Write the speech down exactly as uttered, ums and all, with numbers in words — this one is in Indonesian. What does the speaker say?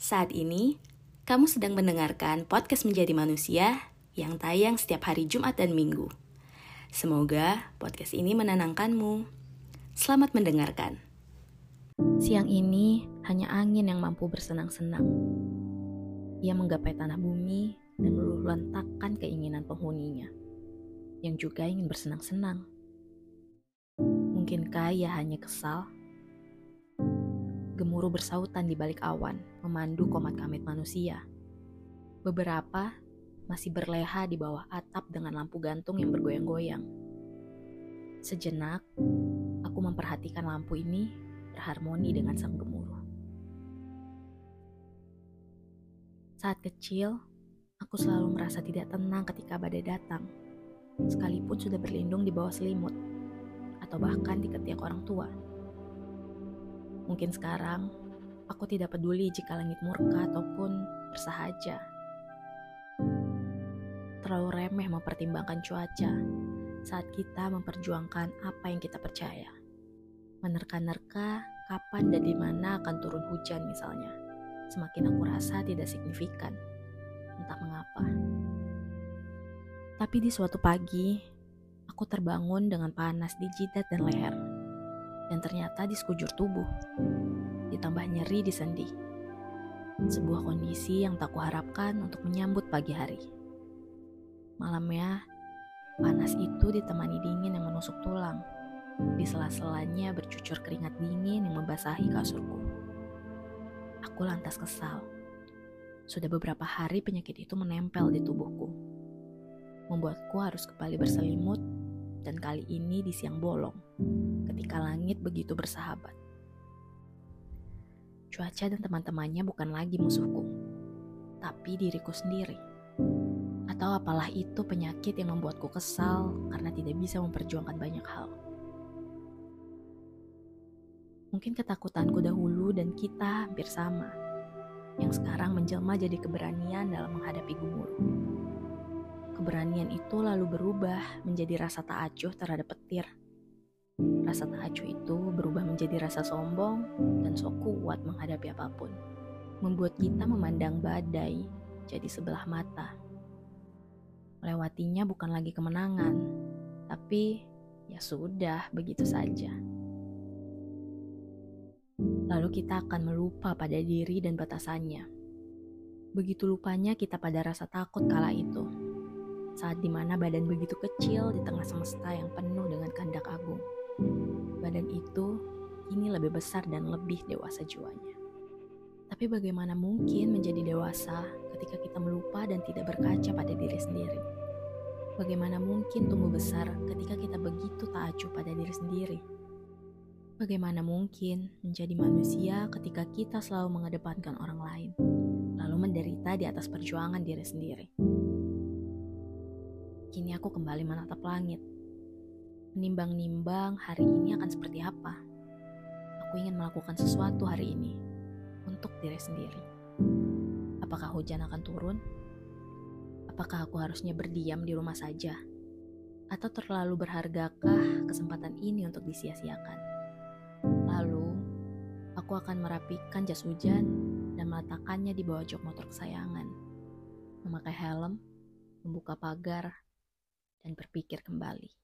Saat ini, kamu sedang mendengarkan podcast Menjadi Manusia yang tayang setiap hari Jumat dan Minggu. Semoga podcast ini menenangkanmu. Selamat mendengarkan. Siang ini hanya angin yang mampu bersenang-senang. Ia menggapai tanah bumi dan meluluh lantakkan keinginan penghuninya, yang juga ingin bersenang-senang. Mungkinkah ia hanya kesal? Gemuruh bersautan di balik awan, memandu komat-kamit manusia. Beberapa masih berleha di bawah atap dengan lampu gantung yang bergoyang-goyang. Sejenak, aku memperhatikan lampu ini berharmoni dengan sang gemuruh. Saat kecil, aku selalu merasa tidak tenang ketika badai datang, sekalipun sudah berlindung di bawah selimut, atau bahkan di ketiak orang tua. Mungkin sekarang, aku tidak peduli jika langit murka ataupun bersahaja. Terlalu remeh mempertimbangkan cuaca saat kita memperjuangkan apa yang kita percaya. Menerka-nerka kapan dan di mana akan turun hujan misalnya. Semakin aku rasa tidak signifikan, entah mengapa. Tapi di suatu pagi, aku terbangun dengan panas di jidat dan leher. Dan ternyata di sekujur tubuh, ditambah nyeri di sendi. Sebuah kondisi yang tak kuharapkan untuk menyambut pagi hari. Malamnya, panas itu ditemani dingin yang menusuk tulang. Di sela-selanya bercucur keringat dingin yang membasahi kasurku. Aku lantas kesal. Sudah beberapa hari penyakit itu menempel di tubuhku. Membuatku harus kembali berselimut, dan kali ini di siang bolong, ketika langit begitu bersahabat. Cuaca dan teman-temannya bukan lagi musuhku, tapi diriku sendiri. Atau apalah itu penyakit yang membuatku kesal karena tidak bisa memperjuangkan banyak hal. Mungkin ketakutanku dahulu dan kita hampir sama, yang sekarang menjelma jadi keberanian dalam menghadapi gemuruh. Keberanian itu lalu berubah menjadi rasa tak acuh terhadap petir. Rasa tak acuh itu berubah menjadi rasa sombong dan sok kuat menghadapi apapun. Membuat kita memandang badai jadi sebelah mata. Melewatinya bukan lagi kemenangan, tapi ya sudah begitu saja. Lalu kita akan melupa pada diri dan batasannya. Begitu lupanya kita pada rasa takut kala itu. Saat dimana badan begitu kecil di tengah semesta yang penuh dengan kehendak agung. Badan itu kini lebih besar dan lebih dewasa jiwanya. Tapi bagaimana mungkin menjadi dewasa ketika kita melupa dan tidak berkaca pada diri sendiri? Bagaimana mungkin tumbuh besar ketika kita begitu tak acuh pada diri sendiri? Bagaimana mungkin menjadi manusia ketika kita selalu mengedepankan orang lain, lalu menderita di atas perjuangan diri sendiri? Kini aku kembali menatap langit, menimbang-nimbang hari ini akan seperti apa. Aku ingin melakukan sesuatu hari ini untuk diri sendiri. Apakah hujan akan turun? Apakah aku harusnya berdiam di rumah saja? Atau terlalu berhargakah kesempatan ini untuk disia-siakan? Lalu, aku akan merapikan jas hujan dan meletakkannya di bawah jok motor kesayangan. Memakai helm, membuka pagar, dan berpikir kembali.